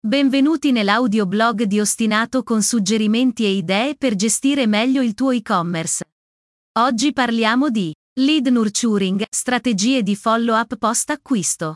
Benvenuti nell'audioblog di Ostinato con suggerimenti e idee per gestire meglio il tuo e-commerce. Oggi parliamo di lead nurturing, strategie di follow-up post-acquisto.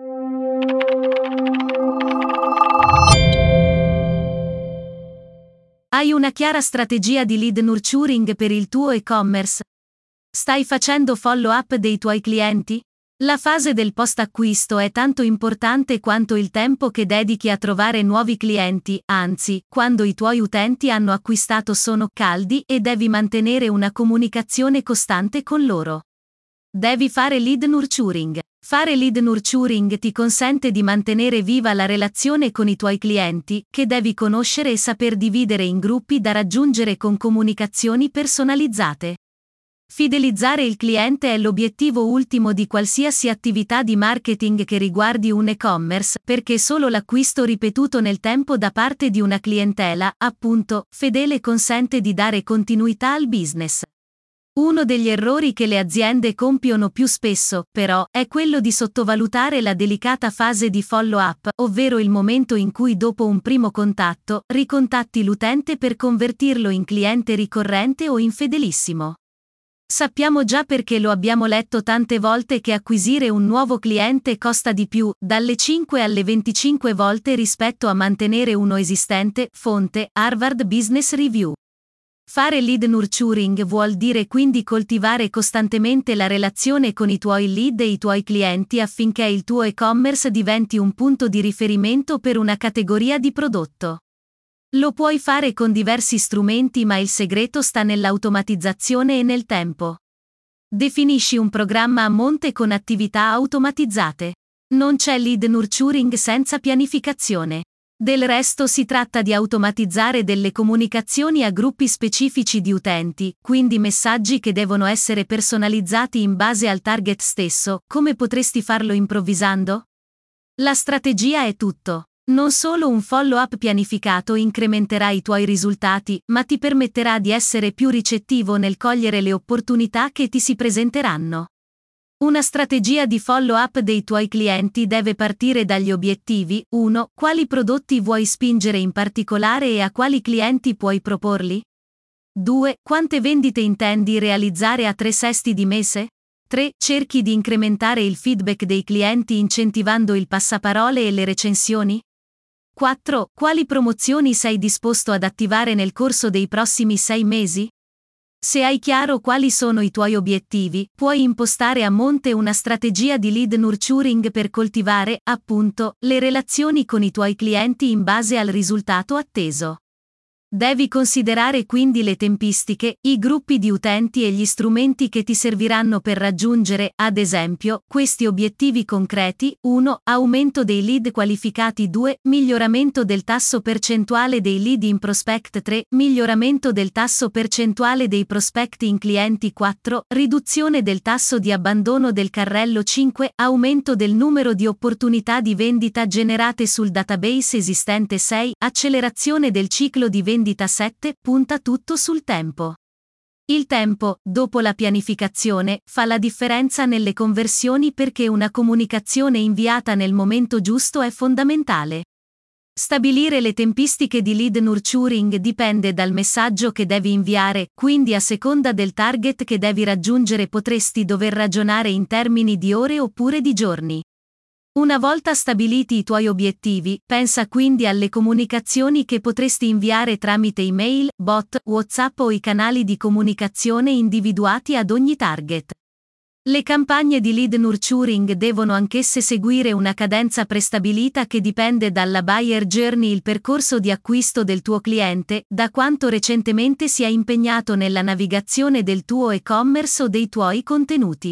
Hai una chiara strategia di lead nurturing per il tuo e-commerce? Stai facendo follow-up dei tuoi clienti? La fase del post-acquisto è tanto importante quanto il tempo che dedichi a trovare nuovi clienti, anzi, quando i tuoi utenti hanno acquistato sono caldi e devi mantenere una comunicazione costante con loro. Devi fare lead nurturing. Fare lead nurturing ti consente di mantenere viva la relazione con i tuoi clienti, che devi conoscere e saper dividere in gruppi da raggiungere con comunicazioni personalizzate. Fidelizzare il cliente è l'obiettivo ultimo di qualsiasi attività di marketing che riguardi un e-commerce, perché solo l'acquisto ripetuto nel tempo da parte di una clientela, appunto, fedele consente di dare continuità al business. Uno degli errori che le aziende compiono più spesso, però, è quello di sottovalutare la delicata fase di follow-up, ovvero il momento in cui dopo un primo contatto, ricontatti l'utente per convertirlo in cliente ricorrente o in fedelissimo. Sappiamo già perché lo abbiamo letto tante volte che acquisire un nuovo cliente costa di più, dalle 5 alle 25 volte rispetto a mantenere uno esistente, fonte, Harvard Business Review. Fare lead nurturing vuol dire quindi coltivare costantemente la relazione con i tuoi lead e i tuoi clienti affinché il tuo e-commerce diventi un punto di riferimento per una categoria di prodotto. Lo puoi fare con diversi strumenti, ma il segreto sta nell'automatizzazione e nel tempo. Definisci un programma a monte con attività automatizzate. Non c'è lead nurturing senza pianificazione. Del resto si tratta di automatizzare delle comunicazioni a gruppi specifici di utenti, quindi messaggi che devono essere personalizzati in base al target stesso. Come potresti farlo improvvisando? La strategia è tutto. Non solo un follow-up pianificato incrementerà i tuoi risultati, ma ti permetterà di essere più ricettivo nel cogliere le opportunità che ti si presenteranno. Una strategia di follow-up dei tuoi clienti deve partire dagli obiettivi: 1. Quali prodotti vuoi spingere in particolare e a quali clienti puoi proporli? 2. Quante vendite intendi realizzare a 3/6 di mese? 3. Cerchi di incrementare il feedback dei clienti incentivando il passaparole e le recensioni? 4. Quali promozioni sei disposto ad attivare nel corso dei prossimi 6 mesi? Se hai chiaro quali sono i tuoi obiettivi, puoi impostare a monte una strategia di lead nurturing per coltivare, appunto, le relazioni con i tuoi clienti in base al risultato atteso. Devi considerare quindi le tempistiche, i gruppi di utenti e gli strumenti che ti serviranno per raggiungere, ad esempio, questi obiettivi concreti: 1. Aumento dei lead qualificati. 2. Miglioramento del tasso percentuale dei lead in prospect. 3. Miglioramento del tasso percentuale dei prospect in clienti. 4. Riduzione del tasso di abbandono del carrello. 5. Aumento del numero di opportunità di vendita generate sul database esistente. 6. Accelerazione del ciclo di vendita. 7. Punta tutto sul tempo. Il tempo, dopo la pianificazione, fa la differenza nelle conversioni perché una comunicazione inviata nel momento giusto è fondamentale. Stabilire le tempistiche di lead nurturing dipende dal messaggio che devi inviare, quindi a seconda del target che devi raggiungere potresti dover ragionare in termini di ore oppure di giorni. Una volta stabiliti i tuoi obiettivi, pensa quindi alle comunicazioni che potresti inviare tramite email, bot, WhatsApp o i canali di comunicazione individuati ad ogni target. Le campagne di lead nurturing devono anch'esse seguire una cadenza prestabilita che dipende dalla buyer journey, il percorso di acquisto del tuo cliente, da quanto recentemente si è impegnato nella navigazione del tuo e-commerce o dei tuoi contenuti.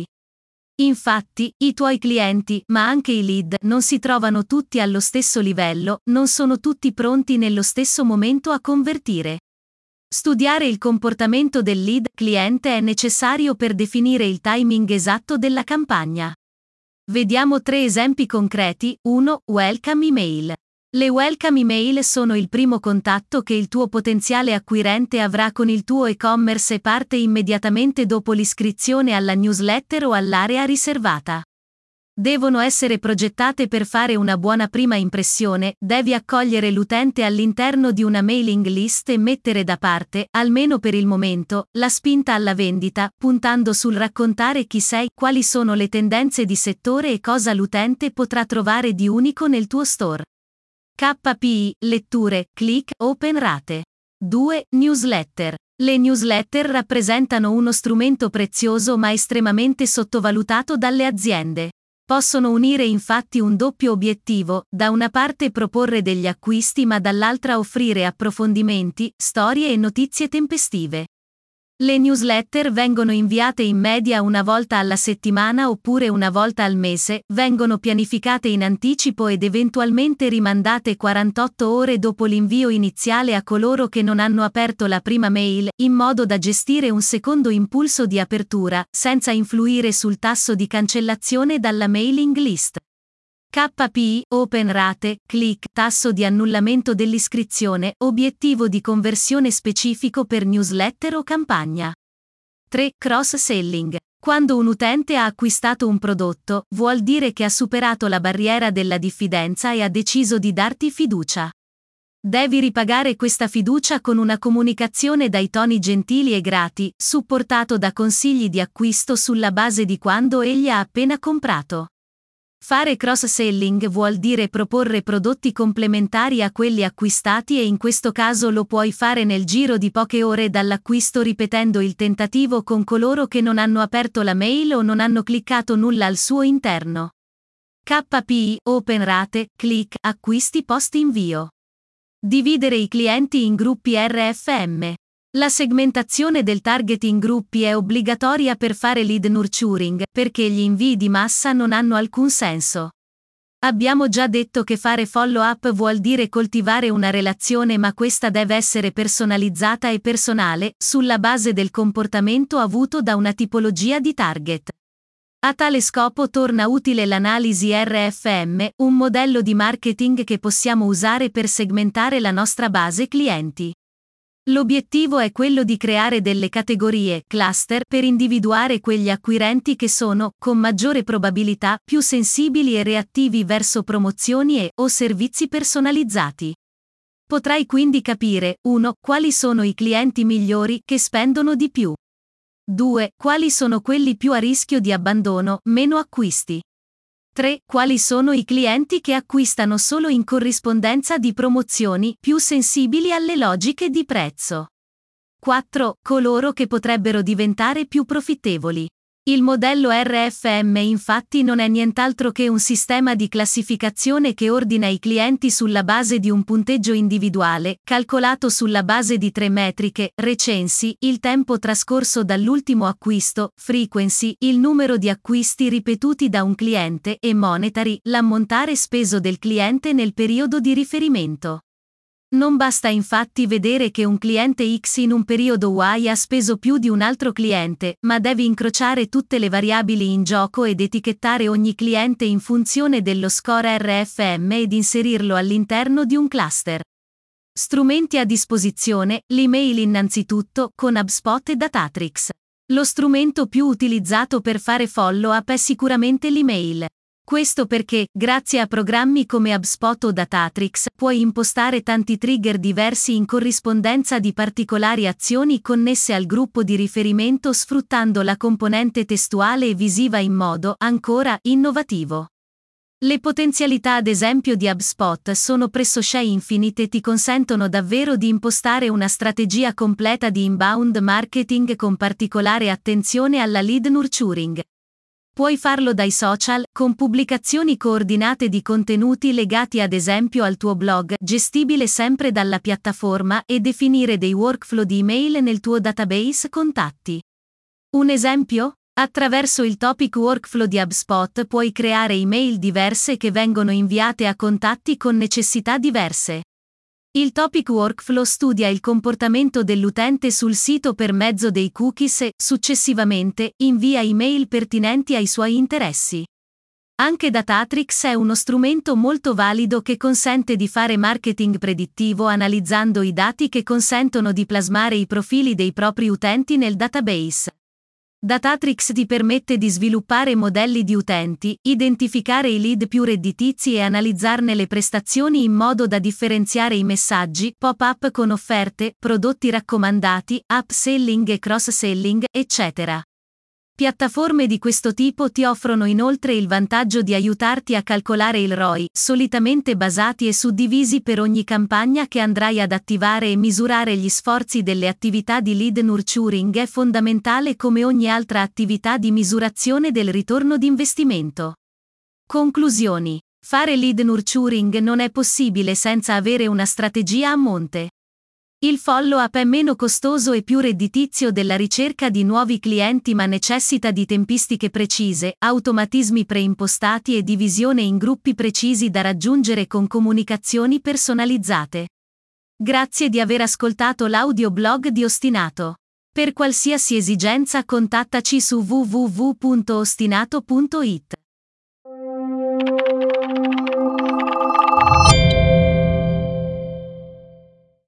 Infatti, i tuoi clienti, ma anche i lead, non si trovano tutti allo stesso livello, non sono tutti pronti nello stesso momento a convertire. Studiare il comportamento del lead cliente è necessario per definire il timing esatto della campagna. Vediamo 3 esempi concreti. 1. Welcome email. Le welcome email sono il primo contatto che il tuo potenziale acquirente avrà con il tuo e-commerce e parte immediatamente dopo l'iscrizione alla newsletter o all'area riservata. Devono essere progettate per fare una buona prima impressione, devi accogliere l'utente all'interno di una mailing list e mettere da parte, almeno per il momento, la spinta alla vendita, puntando sul raccontare chi sei, quali sono le tendenze di settore e cosa l'utente potrà trovare di unico nel tuo store. KPI, letture, click, open rate. 2. Newsletter. Le newsletter rappresentano uno strumento prezioso ma estremamente sottovalutato dalle aziende. Possono unire infatti un doppio obiettivo, da una parte proporre degli acquisti ma dall'altra offrire approfondimenti, storie e notizie tempestive. Le newsletter vengono inviate in media una volta alla settimana oppure una volta al mese, vengono pianificate in anticipo ed eventualmente rimandate 48 ore dopo l'invio iniziale a coloro che non hanno aperto la prima mail, in modo da gestire un secondo impulso di apertura, senza influire sul tasso di cancellazione dalla mailing list. KPI, open rate, click, tasso di annullamento dell'iscrizione, obiettivo di conversione specifico per newsletter o campagna. 3. Cross-selling. Quando un utente ha acquistato un prodotto, vuol dire che ha superato la barriera della diffidenza e ha deciso di darti fiducia. Devi ripagare questa fiducia con una comunicazione dai toni gentili e grati, supportato da consigli di acquisto sulla base di quando egli ha appena comprato. Fare cross-selling vuol dire proporre prodotti complementari a quelli acquistati e in questo caso lo puoi fare nel giro di poche ore dall'acquisto ripetendo il tentativo con coloro che non hanno aperto la mail o non hanno cliccato nulla al suo interno. KPI, open rate, click, acquisti post invio. Dividere i clienti in gruppi RFM. La segmentazione del target in gruppi è obbligatoria per fare lead nurturing, perché gli invii di massa non hanno alcun senso. Abbiamo già detto che fare follow-up vuol dire coltivare una relazione, ma questa deve essere personalizzata e personale, sulla base del comportamento avuto da una tipologia di target. A tale scopo torna utile l'analisi RFM, un modello di marketing che possiamo usare per segmentare la nostra base clienti. L'obiettivo è quello di creare delle categorie, cluster, per individuare quegli acquirenti che sono, con maggiore probabilità, più sensibili e reattivi verso promozioni o servizi personalizzati. Potrai quindi capire, 1. Quali sono i clienti migliori che spendono di più. 2. Quali sono quelli più a rischio di abbandono, meno acquisti. 3. Quali sono i clienti che acquistano solo in corrispondenza di promozioni, più sensibili alle logiche di prezzo. 4. Coloro che potrebbero diventare più profittevoli. Il modello RFM infatti non è nient'altro che un sistema di classificazione che ordina i clienti sulla base di un punteggio individuale, calcolato sulla base di 3 metriche: recensi, il tempo trascorso dall'ultimo acquisto, frequency, il numero di acquisti ripetuti da un cliente, e monetary, l'ammontare speso del cliente nel periodo di riferimento. Non basta infatti vedere che un cliente X in un periodo Y ha speso più di un altro cliente, ma devi incrociare tutte le variabili in gioco ed etichettare ogni cliente in funzione dello score RFM ed inserirlo all'interno di un cluster. Strumenti a disposizione: l'email innanzitutto, con HubSpot e Datatrix. Lo strumento più utilizzato per fare follow-up è sicuramente l'email. Questo perché, grazie a programmi come HubSpot o Datatrix, puoi impostare tanti trigger diversi in corrispondenza di particolari azioni connesse al gruppo di riferimento sfruttando la componente testuale e visiva in modo, ancora, innovativo. Le potenzialità ad esempio di HubSpot sono pressoché infinite e ti consentono davvero di impostare una strategia completa di inbound marketing con particolare attenzione alla lead nurturing. Puoi farlo dai social, con pubblicazioni coordinate di contenuti legati ad esempio al tuo blog, gestibile sempre dalla piattaforma, e definire dei workflow di email nel tuo database contatti. Un esempio? Attraverso il topic workflow di HubSpot puoi creare email diverse che vengono inviate a contatti con necessità diverse. Il topic workflow studia il comportamento dell'utente sul sito per mezzo dei cookies e, successivamente, invia email pertinenti ai suoi interessi. Anche Datatrix è uno strumento molto valido che consente di fare marketing predittivo analizzando i dati che consentono di plasmare i profili dei propri utenti nel database. Datatrix ti permette di sviluppare modelli di utenti, identificare i lead più redditizi e analizzarne le prestazioni in modo da differenziare i messaggi, pop-up con offerte, prodotti raccomandati, upselling e cross-selling, eccetera. Piattaforme di questo tipo ti offrono inoltre il vantaggio di aiutarti a calcolare il ROI, solitamente basati e suddivisi per ogni campagna che andrai ad attivare, e misurare gli sforzi delle attività di lead nurturing è fondamentale come ogni altra attività di misurazione del ritorno d'investimento. Conclusioni. Fare lead nurturing non è possibile senza avere una strategia a monte. Il follow-up è meno costoso e più redditizio della ricerca di nuovi clienti, ma necessita di tempistiche precise, automatismi preimpostati e divisione in gruppi precisi da raggiungere con comunicazioni personalizzate. Grazie di aver ascoltato l'audioblog di Ostinato. Per qualsiasi esigenza contattaci su www.ostinato.it.